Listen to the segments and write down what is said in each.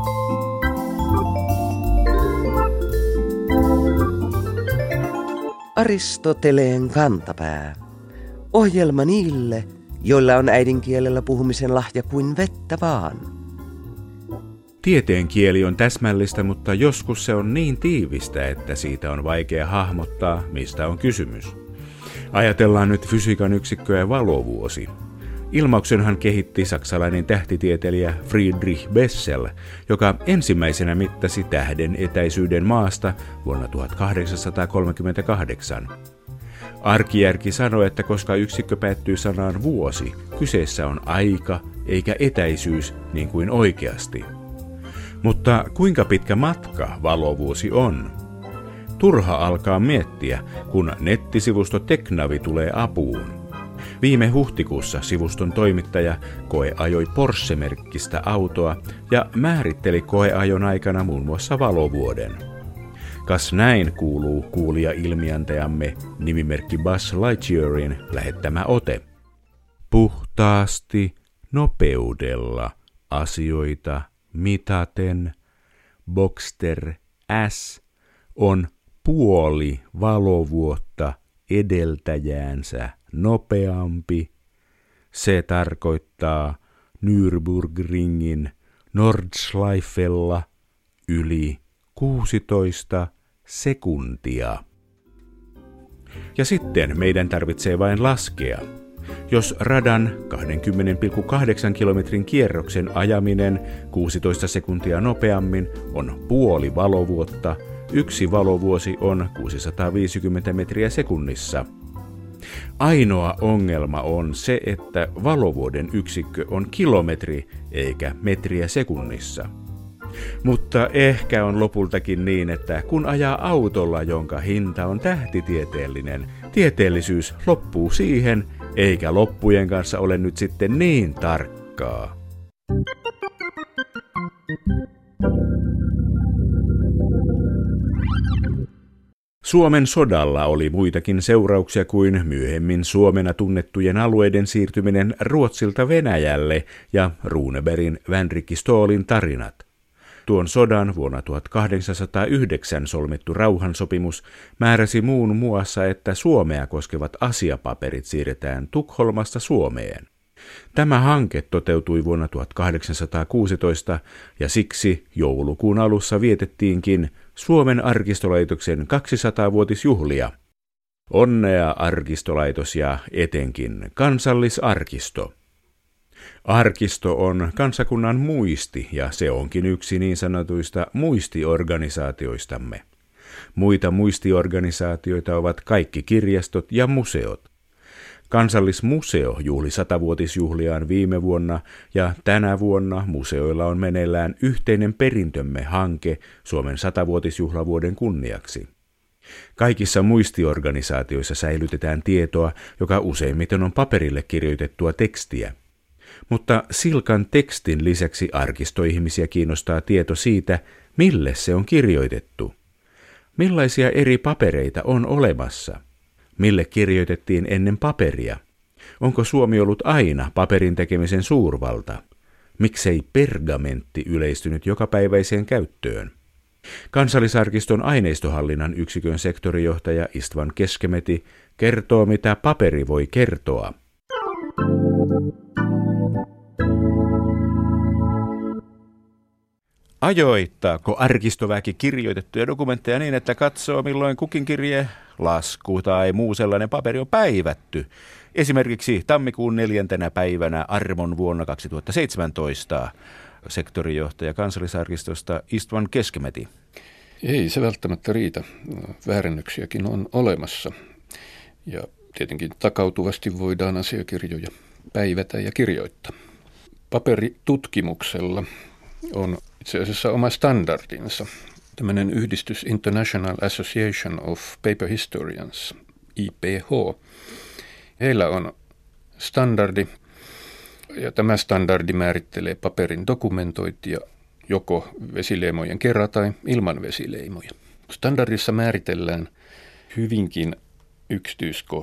Aristoteleen kantapää. Ohjelma niille, joilla on äidinkielellä puhumisen lahja kuin vettä vaan. Tieteen kieli on täsmällistä, mutta joskus se on niin tiivistä, että siitä on vaikea hahmottaa, mistä on kysymys. Ajatellaan nyt fysiikan yksikköä valovuosi. Ilmauksenhan kehitti saksalainen tähtitieteilijä Friedrich Bessel, joka ensimmäisenä mittasi tähden etäisyyden maasta vuonna 1838. Arkijärki sanoi, että koska yksikkö päättyy sanaan vuosi, kyseessä on aika eikä etäisyys niin kuin oikeasti. Mutta kuinka pitkä matka valovuosi on? Turha alkaa miettiä, kun nettisivusto Teknavi tulee apuun. Viime huhtikuussa sivuston toimittaja koeajoi Porsche-merkkistä autoa ja määritteli koeajon aikana muun muassa valovuoden. Kas näin kuuluu kuulija-ilmiantajamme nimimerkki Buzz Lightyearin lähettämä ote. Puhtaasti nopeudella asioita mitaten Boxster S on puoli valovuotta edeltäjäänsä nopeampi. Se tarkoittaa Nürburgringin Nordschleifella yli 16 sekuntia. Ja sitten meidän tarvitsee vain laskea. Jos radan 20,8 kilometrin kierroksen ajaminen 16 sekuntia nopeammin on puoli valovuotta, yksi valovuosi on 650 metriä sekunnissa. Ainoa ongelma on se, että valovuoden yksikkö on kilometri eikä metriä sekunnissa. Mutta ehkä on lopultakin niin, että kun ajaa autolla, jonka hinta on tähtitieteellinen, tieteellisyys loppuu siihen, eikä loppujen kanssa ole nyt sitten niin tarkkaa. Suomen sodalla oli muitakin seurauksia kuin myöhemmin Suomena tunnettujen alueiden siirtyminen Ruotsilta Venäjälle ja Runebergin Vänrikki Stoolin tarinat. Tuon sodan vuonna 1809 solmittu rauhansopimus määräsi muun muassa, että Suomea koskevat asiapaperit siirretään Tukholmasta Suomeen. Tämä hanke toteutui vuonna 1816 ja siksi joulukuun alussa vietettiinkin Suomen arkistolaitoksen 200-vuotisjuhlia. Onnea arkistolaitos ja etenkin kansallisarkisto. Arkisto on kansakunnan muisti ja se onkin yksi niin sanotuista muistiorganisaatioistamme. Muita muistiorganisaatioita ovat kaikki kirjastot ja museot. Kansallismuseo juhli 100-vuotisjuhliaan viime vuonna ja tänä vuonna museoilla on meneillään yhteinen perintömme hanke Suomen 100-vuotisjuhlavuoden kunniaksi. Kaikissa muistiorganisaatioissa säilytetään tietoa, joka useimmiten on paperille kirjoitettua tekstiä. Mutta silkan tekstin lisäksi arkistoihmisiä kiinnostaa tieto siitä, mille se on kirjoitettu. Millaisia eri papereita on olemassa? Mille kirjoitettiin ennen paperia? Onko Suomi ollut aina paperin tekemisen suurvalta? Miksei pergamentti yleistynyt jokapäiväiseen käyttöön? Kansallisarkiston aineistohallinnan yksikön sektorijohtaja Istvan Keskemeti kertoo, mitä paperi voi kertoa. Ajoittaako arkistoväki kirjoitettuja dokumentteja niin, että katsoo milloin kukin kirje, lasku tai muu sellainen paperi on päivätty? Esimerkiksi tammikuun 4. päivänä armon vuonna 2017, sektorijohtaja Kansallisarkistosta Istvan Keskemeti. Ei se välttämättä riitä. Väärennöksiäkin on olemassa. Ja tietenkin takautuvasti voidaan asiakirjoja päivätä ja kirjoittaa. Paperitutkimuksella on itse asiassa oma standardinsa. Tämmöinen yhdistys International Association of Paper Historians, IPH. Heillä on standardi, ja tämä standardi määrittelee paperin dokumentointia joko vesileimojen kera tai ilman vesileimoja. Standardissa määritellään hyvinkin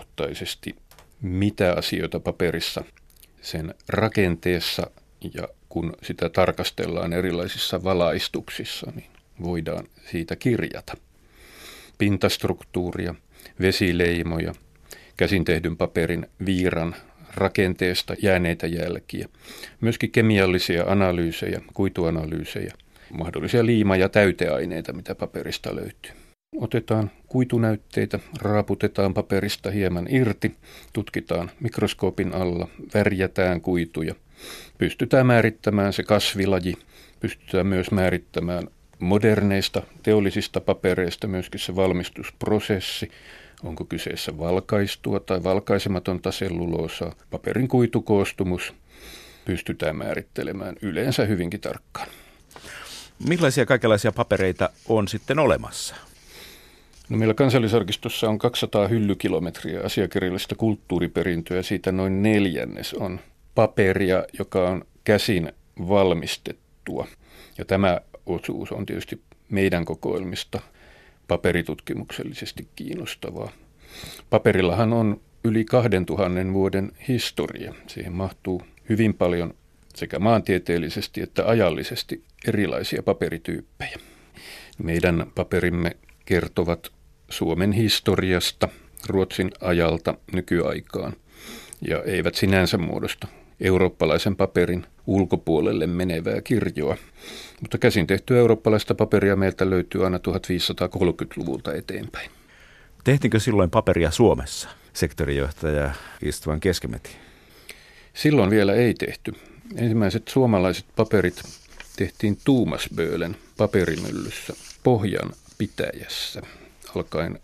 yksityiskohtaisesti, mitä asioita paperissa, sen rakenteessa ja kun sitä tarkastellaan erilaisissa valaistuksissa, niin voidaan siitä kirjata pintastruktuuria, vesileimoja, käsin tehdyn paperin viiran rakenteesta jääneitä jälkiä, myöskin kemiallisia analyysejä, kuituanalyysejä, mahdollisia liima- ja täyteaineita, mitä paperista löytyy. Otetaan kuitunäytteitä, raaputetaan paperista hieman irti, tutkitaan mikroskoopin alla, värjätään kuituja. Pystytään määrittämään se kasvilaji, pystytään myös määrittämään moderneista teollisista papereista myöskin se valmistusprosessi. Onko kyseessä valkaistua tai valkaisematonta selluloosaa, paperin kuitukoostumus pystytään määrittelemään yleensä hyvinkin tarkkaan. Millaisia kaikenlaisia papereita on sitten olemassa? No meillä Kansallisarkistossa on 200 hyllykilometriä asiakirjallista kulttuuriperintöä, siitä noin 1/4 on paperia, joka on käsin valmistettua. Ja tämä osuus on tietysti meidän kokoelmista paperitutkimuksellisesti kiinnostavaa. Paperillahan on yli 2000 vuoden historia. Siihen mahtuu hyvin paljon sekä maantieteellisesti että ajallisesti erilaisia paperityyppejä. Meidän paperimme kertovat Suomen historiasta Ruotsin ajalta nykyaikaan ja eivät sinänsä muodosta eurooppalaisen paperin ulkopuolelle menevää kirjoa. Mutta käsin tehtyä eurooppalaista paperia meiltä löytyy aina 1530-luvulta eteenpäin. Tehtiinkö silloin paperia Suomessa, sektorijohtaja Istvan Keskimeti? Silloin vielä ei tehty. Ensimmäiset suomalaiset paperit tehtiin Tuumasbölen paperimyllyssä Pohjan pitäjässä alkaen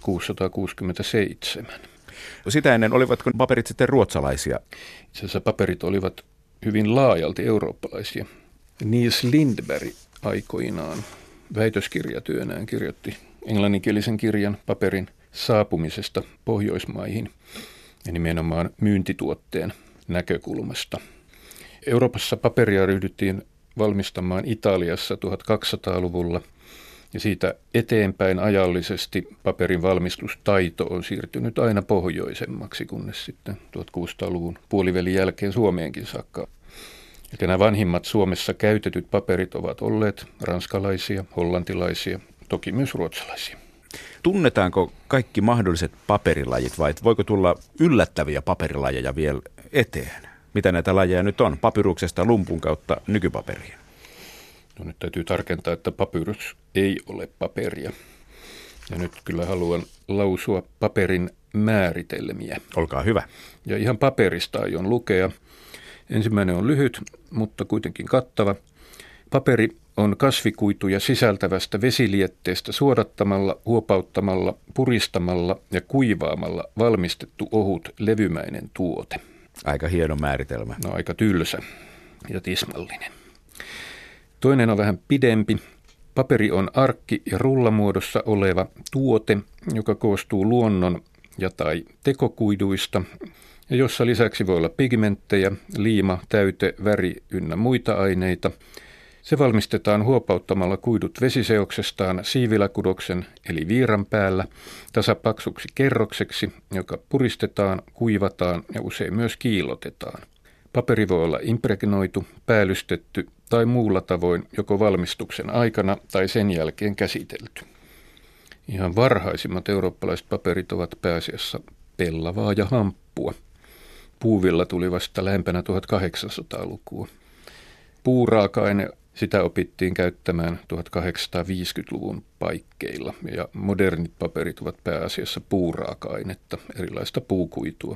1667. Sitä ennen olivatko paperit sitten ruotsalaisia? Itse asiassa paperit olivat hyvin laajalti eurooppalaisia. Niels Lindberg aikoinaan väitöskirjatyönään kirjoitti englanninkielisen kirjan paperin saapumisesta Pohjoismaihin ja nimenomaan myyntituotteen näkökulmasta. Euroopassa paperia ryhdyttiin valmistamaan Italiassa 1200-luvulla ja siitä eteenpäin ajallisesti paperin valmistustaito on siirtynyt aina pohjoisemmaksi, kunnes sitten 1600-luvun puolivälin jälkeen Suomeenkin saakka. Eli nämä vanhimmat Suomessa käytetyt paperit ovat olleet ranskalaisia, hollantilaisia, toki myös ruotsalaisia. Tunnetaanko kaikki mahdolliset paperilajit vai voiko tulla yllättäviä paperilajeja vielä eteen? Mitä näitä lajeja nyt on? Papyruksesta lumpun kautta nykypaperiin. No nyt täytyy tarkentaa, että papyrus ei ole paperia. Ja nyt kyllä haluan lausua paperin määritelmiä. Olkaa hyvä. Ja ihan paperista aion lukea. Ensimmäinen on lyhyt, mutta kuitenkin kattava. Paperi on kasvikuituja sisältävästä vesilietteestä suodattamalla, huopauttamalla, puristamalla ja kuivaamalla valmistettu ohut levymäinen tuote. Aika hieno määritelmä. No aika tylsä ja tismallinen. Toinen on vähän pidempi. Paperi on arkki- ja rullamuodossa oleva tuote, joka koostuu luonnon ja tai tekokuiduista, ja jossa lisäksi voi olla pigmenttejä, liima, täyte, väri ynnä muita aineita. Se valmistetaan huopauttamalla kuidut vesiseoksestaan siiviläkudoksen eli viiran päällä tasapaksuksi kerrokseksi, joka puristetaan, kuivataan ja usein myös kiillotetaan. Paperi voi olla impregnoitu, päällystetty tai muulla tavoin joko valmistuksen aikana tai sen jälkeen käsitelty. Ihan varhaisimmat eurooppalaiset paperit ovat pääasiassa pellavaa ja hamppua. Puuvilla tuli vasta lähempänä 1800-lukua. Puuraaka-aine, sitä opittiin käyttämään 1850-luvun paikkeilla ja modernit paperit ovat pääasiassa puuraaka-ainetta, erilaista puukuitua.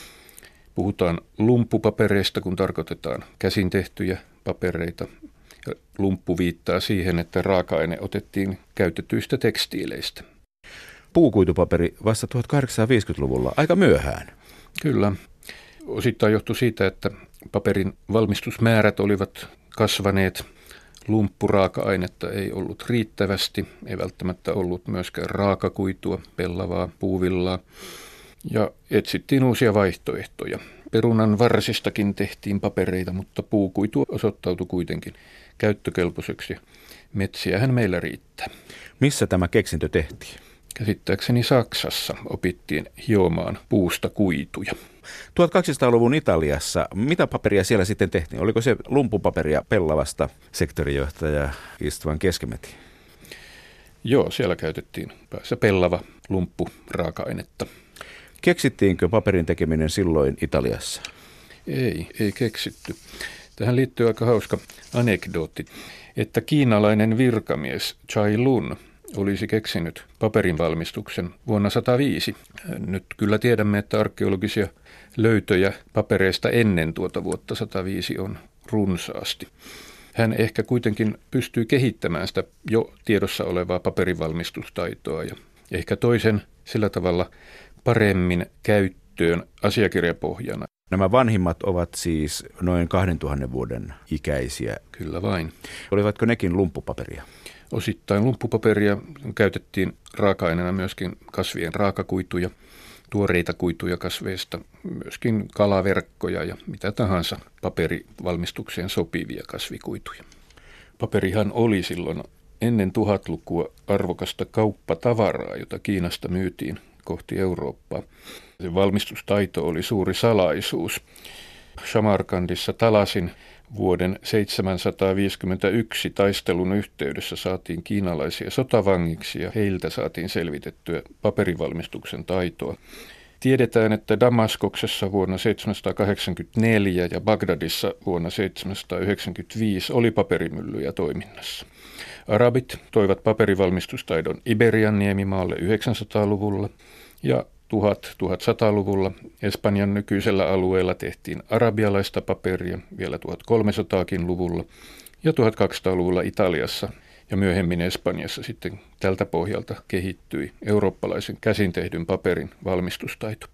Puhutaan lumppupapereista, kun tarkoitetaan käsin tehtyjä papereita. Lumppu viittaa siihen, että raaka-aine otettiin käytetyistä tekstiileistä. Puukuitupaperi vasta 1850-luvulla, aika myöhään. Kyllä. Osittain johtui siitä, että paperin valmistusmäärät olivat kasvaneet. Lumppuraaka-ainetta ei ollut riittävästi, ei välttämättä ollut myöskään raakakuitua, pellavaa, puuvillaa. Ja etsittiin uusia vaihtoehtoja. Perunan varsistakin tehtiin papereita, mutta puukuitu osoittautui kuitenkin käyttökelpoiseksi. Metsiähän meillä riittää. Missä tämä keksintö tehtiin? Käsittääkseni Saksassa opittiin hiomaan puusta kuituja. 1200-luvun Italiassa, mitä paperia siellä sitten tehtiin? Oliko se lumpupaperia Pellavasta, sektorijohtaja Istvan Keskimeti? Joo, siellä käytettiin päässä pellava lumppu raaka-ainetta. Keksittiinkö paperin tekeminen silloin Italiassa? Ei keksitty. Tähän liittyy aika hauska anekdootti, että kiinalainen virkamies Chai Lun olisi keksinyt paperin valmistuksen vuonna 105. Nyt kyllä tiedämme, että arkeologisia löytöjä papereista ennen tuota vuotta 105 on runsaasti. Hän ehkä kuitenkin pystyy kehittämään sitä jo tiedossa olevaa paperinvalmistustaitoa ja ehkä toisen sillä tavalla paremmin käyttöön asiakirjapohjana. Nämä vanhimmat ovat siis noin 2000 vuoden ikäisiä. Kyllä vain. Olivatko nekin lumppupaperia? Osittain lumppupaperia käytettiin raaka-aineena myöskin kasvien raakakuituja, tuoreita kuituja kasveista, myöskin kalaverkkoja ja mitä tahansa paperivalmistukseen sopivia kasvikuituja. Paperihan oli silloin ennen 1000-lukua arvokasta kauppatavaraa, jota Kiinasta myytiin kohti Eurooppaa. Se valmistustaito oli suuri salaisuus. Samarkandissa Talasin vuoden 751 taistelun yhteydessä saatiin kiinalaisia sotavangiksi ja heiltä saatiin selvitettyä paperivalmistuksen taitoa. Tiedetään, että Damaskoksessa vuonna 784 ja Bagdadissa vuonna 795 oli paperimyllyjä toiminnassa. Arabit toivat paperivalmistustaidon Iberian niemimaalle 900-luvulla ja 1100-luvulla Espanjan nykyisellä alueella tehtiin arabialaista paperia vielä 1300-luvulla ja 1200-luvulla Italiassa ja myöhemmin Espanjassa sitten tältä pohjalta kehittyi eurooppalaisen käsin tehdyn paperin valmistustaito.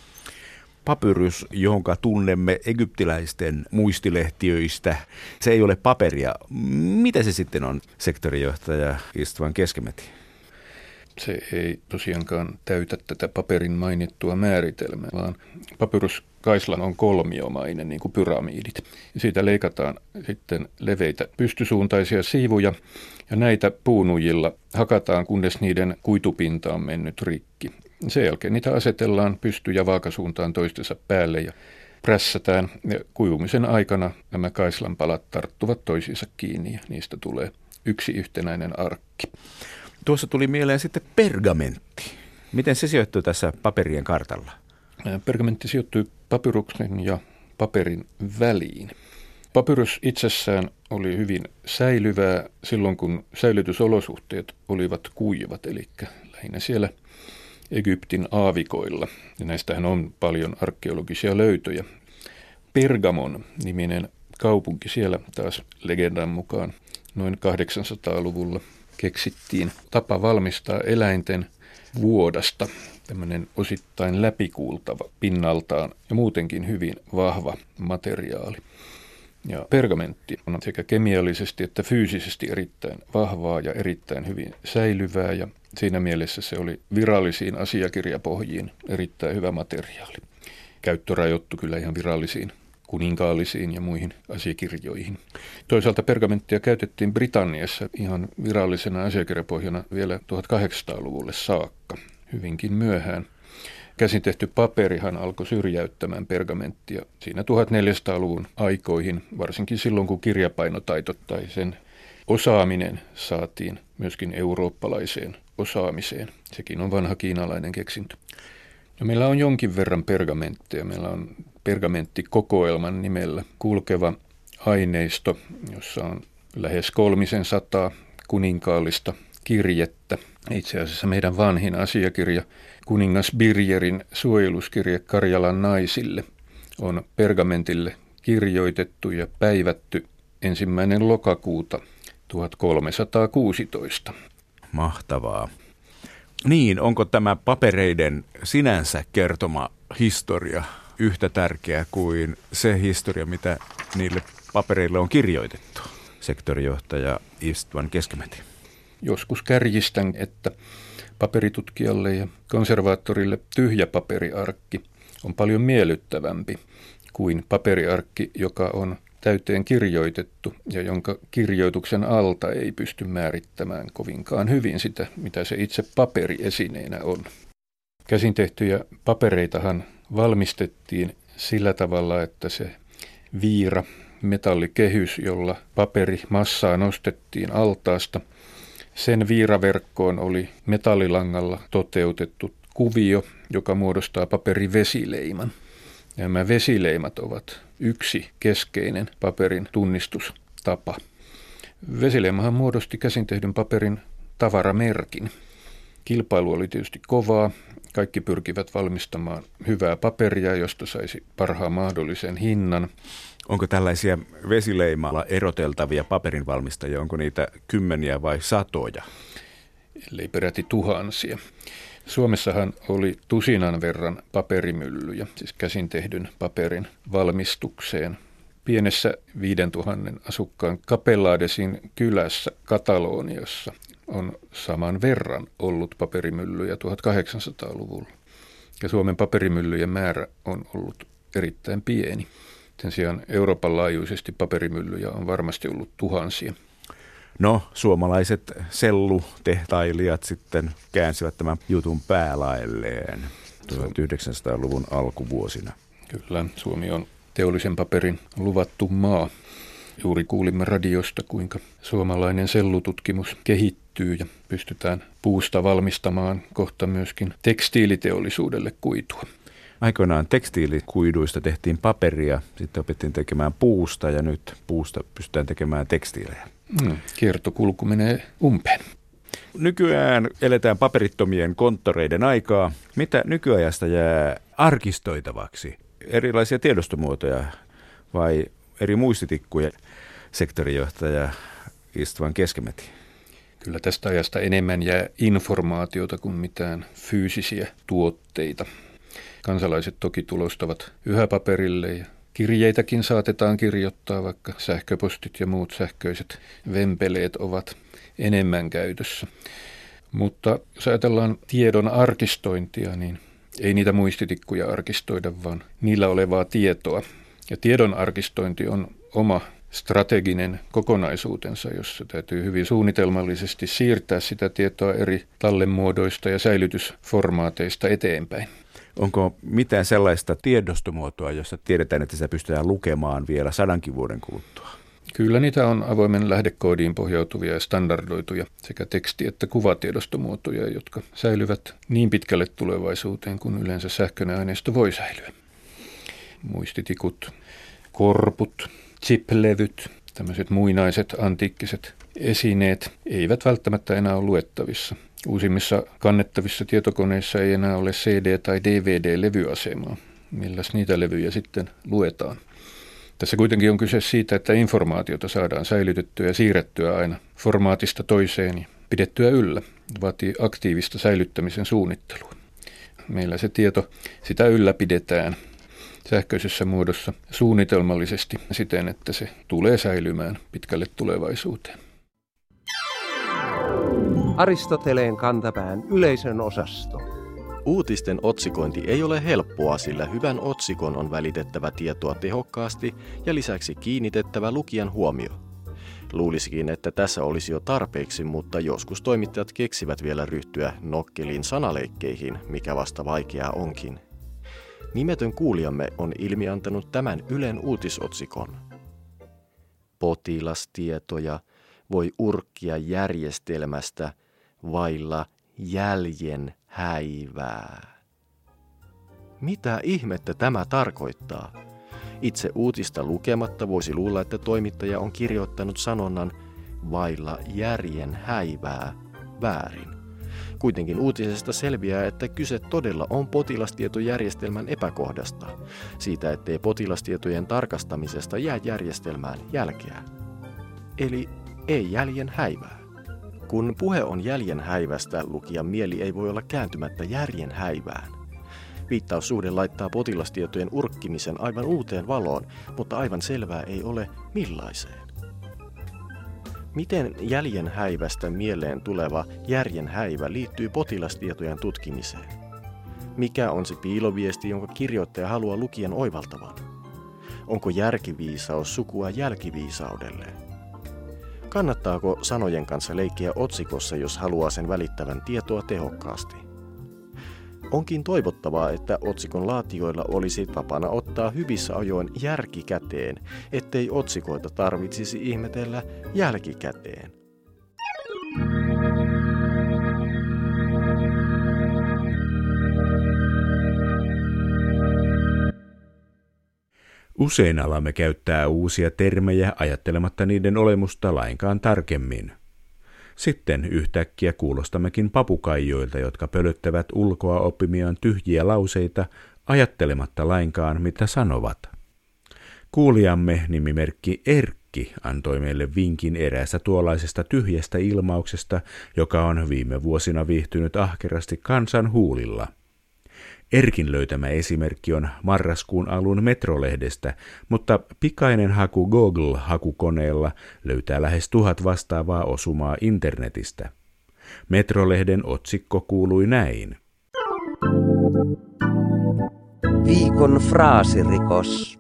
Papyrus, jonka tunnemme egyptiläisten muistilehtiöistä, se ei ole paperia. Mitä se sitten on, sektorijohtaja Istvan Keskimeti? Se ei tosiaankaan täytä tätä paperin mainittua määritelmää, vaan papyruskaisla on kolmiomainen, niin kuin pyramidit. Siitä leikataan sitten leveitä pystysuuntaisia siivuja, ja näitä puunujilla hakataan, kunnes niiden kuitupinta on mennyt rikki. Sen jälkeen niitä asetellaan pysty- ja vaakasuuntaan toistensa päälle ja prässätään, ja kuivumisen aikana nämä kaislan palat tarttuvat toisiinsa kiinni, ja niistä tulee yksi yhtenäinen arkki. Tuossa tuli mieleen sitten pergamentti. Miten se sijoittuu tässä paperien kartalla? Pergamentti sijoittui papyruksen ja paperin väliin. Papyrus itsessään oli hyvin säilyvää silloin, kun säilytysolosuhteet olivat kuivat, eli lähinnä siellä Egyptin aavikoilla. Ja näistähän on paljon arkeologisia löytöjä. Pergamon-niminen kaupunki siellä taas legendan mukaan noin 800-luvulla keksittiin tapa valmistaa eläinten vuodasta tämmöinen osittain läpikuultava pinnaltaan ja muutenkin hyvin vahva materiaali. Ja pergamentti on sekä kemiallisesti että fyysisesti erittäin vahvaa ja erittäin hyvin säilyvää, ja siinä mielessä se oli virallisiin asiakirjapohjiin erittäin hyvä materiaali. Käyttö rajoittui kyllä ihan virallisiin kuninkaallisiin ja muihin asiakirjoihin. Toisaalta pergamenttia käytettiin Britanniassa ihan virallisena asiakirjapohjana vielä 1800-luvulle saakka, hyvinkin myöhään. Käsin tehty paperihan alkoi syrjäyttämään pergamenttia siinä 1400-luvun aikoihin, varsinkin silloin kun kirjapainotaito tai sen osaaminen saatiin myöskin eurooppalaiseen osaamiseen. Sekin on vanha kiinalainen keksintö. No, meillä on jonkin verran pergamentteja. Meillä on pergamenttikokoelman nimellä kulkeva aineisto, jossa on lähes 300 kuninkaallista kirjettä. Itse asiassa meidän vanhin asiakirja, kuningas Birgerin suojeluskirje Karjalan naisille, on pergamentille kirjoitettu ja päivätty 1. lokakuuta 1316. Mahtavaa. Niin, onko tämä papereiden sinänsä kertoma historia yhtä tärkeä kuin se historia, mitä niille papereille on kirjoitettu, sektorijohtaja Istvan Keskimeti? Joskus kärjistän, että paperitutkijalle ja konservaattorille tyhjä paperiarkki on paljon miellyttävämpi kuin paperiarkki, joka on täyteen kirjoitettu ja jonka kirjoituksen alta ei pysty määrittämään kovinkaan hyvin sitä, mitä se itse paperiesineenä on. Käsin tehtyjä papereitahan valmistettiin sillä tavalla, että se viira, metallikehys, jolla paperimassaa nostettiin altaasta, sen viiraverkkoon oli metallilangalla toteutettu kuvio, joka muodostaa paperivesileiman. Ja nämä vesileimat ovat yksi keskeinen paperin tunnistustapa. Vesileimahan muodosti käsin tehdyn paperin tavaramerkin. Kilpailu oli tietysti kovaa. Kaikki pyrkivät valmistamaan hyvää paperia, josta saisi parhaan mahdollisen hinnan. Onko tällaisia vesileimalla eroteltavia paperinvalmistajia, onko niitä kymmeniä vai satoja? Ellei peräti tuhansia. Suomessahan oli tusinan verran paperimyllyjä, siis käsin tehdyn paperin valmistukseen. Pienessä 5000 asukkaan Capelladesin kylässä Kataloniassa on saman verran ollut paperimyllyjä 1800-luvulla. Ja Suomen paperimyllyjen määrä on ollut erittäin pieni. Sen sijaan Euroopan laajuisesti paperimyllyjä on varmasti ollut tuhansia. No, suomalaiset sellutehtailijat sitten käänsivät tämän jutun päälaelleen 1900-luvun alkuvuosina. Kyllä, Suomi on teollisen paperin luvattu maa. Juuri kuulimme radiosta, kuinka suomalainen sellututkimus kehittyy ja pystytään puusta valmistamaan kohta myöskin tekstiiliteollisuudelle kuitua. Aikoinaan tekstiilikuiduista tehtiin paperia, sitten opettiin tekemään puusta ja nyt puusta pystytään tekemään tekstiilejä. Kiertokulku menee umpeen. Nykyään eletään paperittomien konttoreiden aikaa. Mitä nykyajasta jää arkistoitavaksi? Erilaisia tiedostomuotoja vai eri muistitikkuja? Sektorijohtaja Istvan Keskimeti. Kyllä tästä ajasta enemmän jää informaatiota kuin mitään fyysisiä tuotteita. Kansalaiset toki tulostavat yhä paperille ja kirjeitäkin saatetaan kirjoittaa, vaikka sähköpostit ja muut sähköiset vempeleet ovat enemmän käytössä. Mutta jos ajatellaan tiedon arkistointia, niin ei niitä muistitikkuja arkistoida, vaan niillä olevaa tietoa. Ja tiedon arkistointi on oma strateginen kokonaisuutensa, jossa täytyy hyvin suunnitelmallisesti siirtää sitä tietoa eri tallenmuodoista ja säilytysformaateista eteenpäin. Onko mitään sellaista tiedostomuotoa, jossa tiedetään, että sitä pystytään lukemaan vielä 100 vuoden kuluttua? Kyllä niitä on avoimen lähdekoodiin pohjautuvia ja standardoituja sekä teksti- että kuvatiedostomuotoja, jotka säilyvät niin pitkälle tulevaisuuteen, kun yleensä sähköinen aineisto voi säilyä. Muistitikut, korput, chip-levyt, tämmöiset muinaiset antiikkiset esineet eivät välttämättä enää ole luettavissa. Uusimmissa kannettavissa tietokoneissa ei enää ole CD- tai DVD-levyasemaa. Milläs niitä levyjä sitten luetaan? Tässä kuitenkin on kyse siitä, että informaatiota saadaan säilytettyä ja siirrettyä aina formaatista toiseen ja pidettyä yllä. Vaatii aktiivista säilyttämisen suunnittelua. Meillä se tieto, sitä ylläpidetään sähköisessä muodossa suunnitelmallisesti siten, että se tulee säilymään pitkälle tulevaisuuteen. Aristoteleen kantapään yleisön osasto. Uutisten otsikointi ei ole helppoa, sillä hyvän otsikon on välitettävä tietoa tehokkaasti ja lisäksi kiinnitettävä lukijan huomio. Luulisikin, että tässä olisi jo tarpeeksi, mutta joskus toimittajat keksivät vielä ryhtyä nokkeliin sanaleikkeihin, mikä vasta vaikeaa onkin. Nimetön kuulijamme on ilmiantanut tämän Ylen uutisotsikon. Potilastietoja voi urkkia järjestelmästä vailla jäljen häivää. Mitä ihmettä tämä tarkoittaa? Itse uutista lukematta voisi luulla, että toimittaja on kirjoittanut sanonnan vailla järjen häivää väärin. Kuitenkin uutisesta selviää, että kyse todella on potilastietojärjestelmän epäkohdasta, siitä ettei potilastietojen tarkastamisesta jää järjestelmään jälkeä. Eli ei jäljen häivää. Kun puhe on jäljen häivästä, lukijan mieli ei voi olla kääntymättä järjen häivään. Viittaussuhde laittaa potilastietojen urkkimisen aivan uuteen valoon, mutta aivan selvää ei ole millaiseen. Miten jäljen häivästä mieleen tuleva järjen häivä liittyy potilastietojen tutkimiseen? Mikä on se piiloviesti, jonka kirjoittaja haluaa lukijan oivaltavan? Onko järkiviisaus sukua jälkiviisaudelle? Kannattaako sanojen kanssa leikkiä otsikossa, jos haluaa sen välittävän tietoa tehokkaasti? Onkin toivottavaa, että otsikon laatijoilla olisi tapana ottaa hyvissä ajoin järki käteen, ettei otsikoita tarvitsisi ihmetellä jälkikäteen. Usein alamme käyttää uusia termejä ajattelematta niiden olemusta lainkaan tarkemmin. Sitten yhtäkkiä kuulostammekin papukaijoilta, jotka pölöttävät ulkoa oppimiaan tyhjiä lauseita ajattelematta lainkaan mitä sanovat. Kuulijamme nimimerkki Erkki antoi meille vinkin eräästä tuollaisesta tyhjästä ilmauksesta, joka on viime vuosina viihtynyt ahkerasti kansan huulilla. Erkin löytämä esimerkki on marraskuun alun Metrolehdestä, mutta pikainen haku Google-hakukoneella löytää lähes 1000 vastaavaa osumaa internetistä. Metrolehden otsikko kuului näin. Viikon fraasirikos.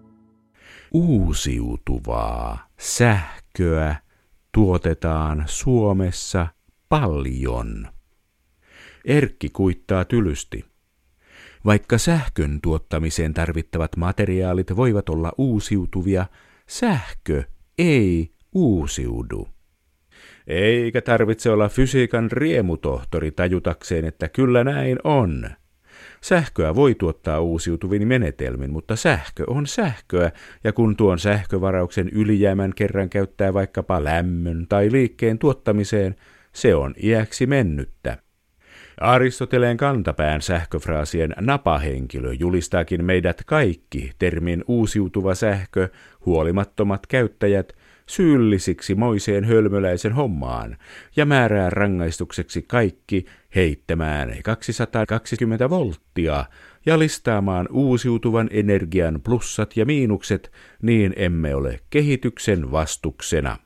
Uusiutuvaa sähköä tuotetaan Suomessa paljon. Erkki kuittaa tylysti. Vaikka sähkön tuottamiseen tarvittavat materiaalit voivat olla uusiutuvia, sähkö ei uusiudu. Eikä tarvitse olla fysiikan riemutohtori tajutakseen, että kyllä näin on. Sähköä voi tuottaa uusiutuvin menetelmin, mutta sähkö on sähköä, ja kun tuon sähkövarauksen ylijäämän kerran käyttää vaikkapa lämmön tai liikkeen tuottamiseen, se on iäksi mennyttä. Aristoteleen kantapään sähköfraasien napahenkilö julistaakin meidät kaikki termin uusiutuva sähkö, huolimattomat käyttäjät, syyllisiksi moiseen hölmöläisen hommaan ja määrää rangaistukseksi kaikki heittämään 220 volttia ja listaamaan uusiutuvan energian plussat ja miinukset, niin emme ole kehityksen vastuksena.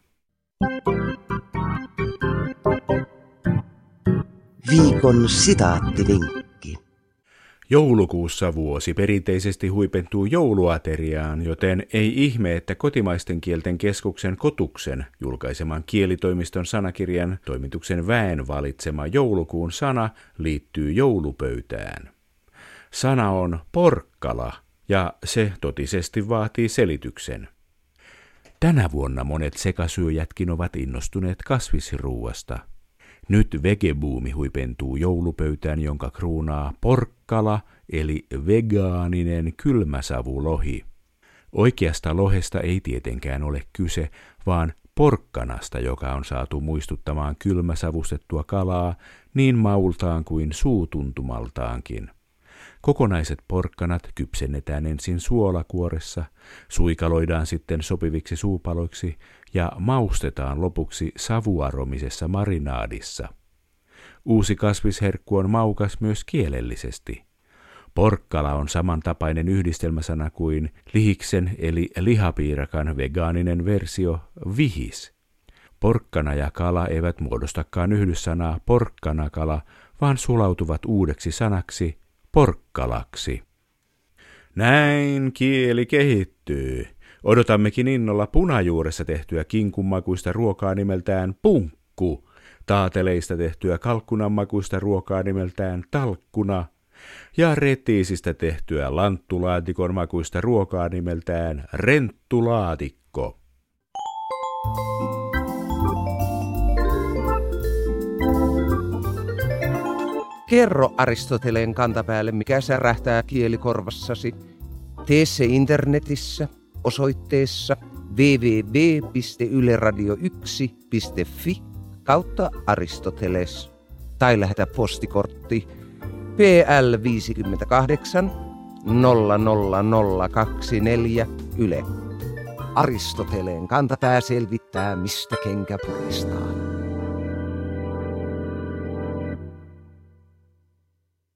Viikon sitaattivinkki. Joulukuussa vuosi perinteisesti huipentuu jouluateriaan, joten ei ihme, että Kotimaisten kielten keskuksen Kotuksen julkaiseman kielitoimiston sanakirjan toimituksen väen valitsema joulukuun sana liittyy joulupöytään. Sana on porkkala ja se totisesti vaatii selityksen. Tänä vuonna monet sekasyöjätkin ovat innostuneet kasvisruuasta. Nyt vegebuumi huipentuu joulupöytään, jonka kruunaa porkkala eli vegaaninen kylmäsavulohi. Oikeasta lohesta ei tietenkään ole kyse, vaan porkkanasta, joka on saatu muistuttamaan kylmäsavustettua kalaa niin maultaan kuin suutuntumaltaankin. Kokonaiset porkkanat kypsennetään ensin suolakuoressa, suikaloidaan sitten sopiviksi suupaloiksi ja maustetaan lopuksi savuaromisessa marinaadissa. Uusi kasvisherkku on maukas myös kielellisesti. Porkkala on samantapainen yhdistelmäsana kuin lihiksen eli lihapiirakan vegaaninen versio vihis. Porkkana ja kala eivät muodostakaan yhdyssanaa porkkanakala, vaan sulautuvat uudeksi sanaksi porkkalaksi. Näin kieli kehittyy. Odotammekin innolla punajuuressa tehtyä kinkunmakuista ruokaa nimeltään punkku, taateleista tehtyä kalkkunanmakuista ruokaa nimeltään talkkuna ja retiisistä tehtyä lanttulaatikon makuista ruokaa nimeltään renttulaatikko. Kerro Aristoteleen kantapäälle, mikä särähtää kielikorvassasi. Tee se internetissä osoitteessa www.yleradio1.fi/Aristoteles tai lähetä postikortti PL 58 00024 Yle. Aristoteleen kantapää selvittää, mistä kenkä puristaa.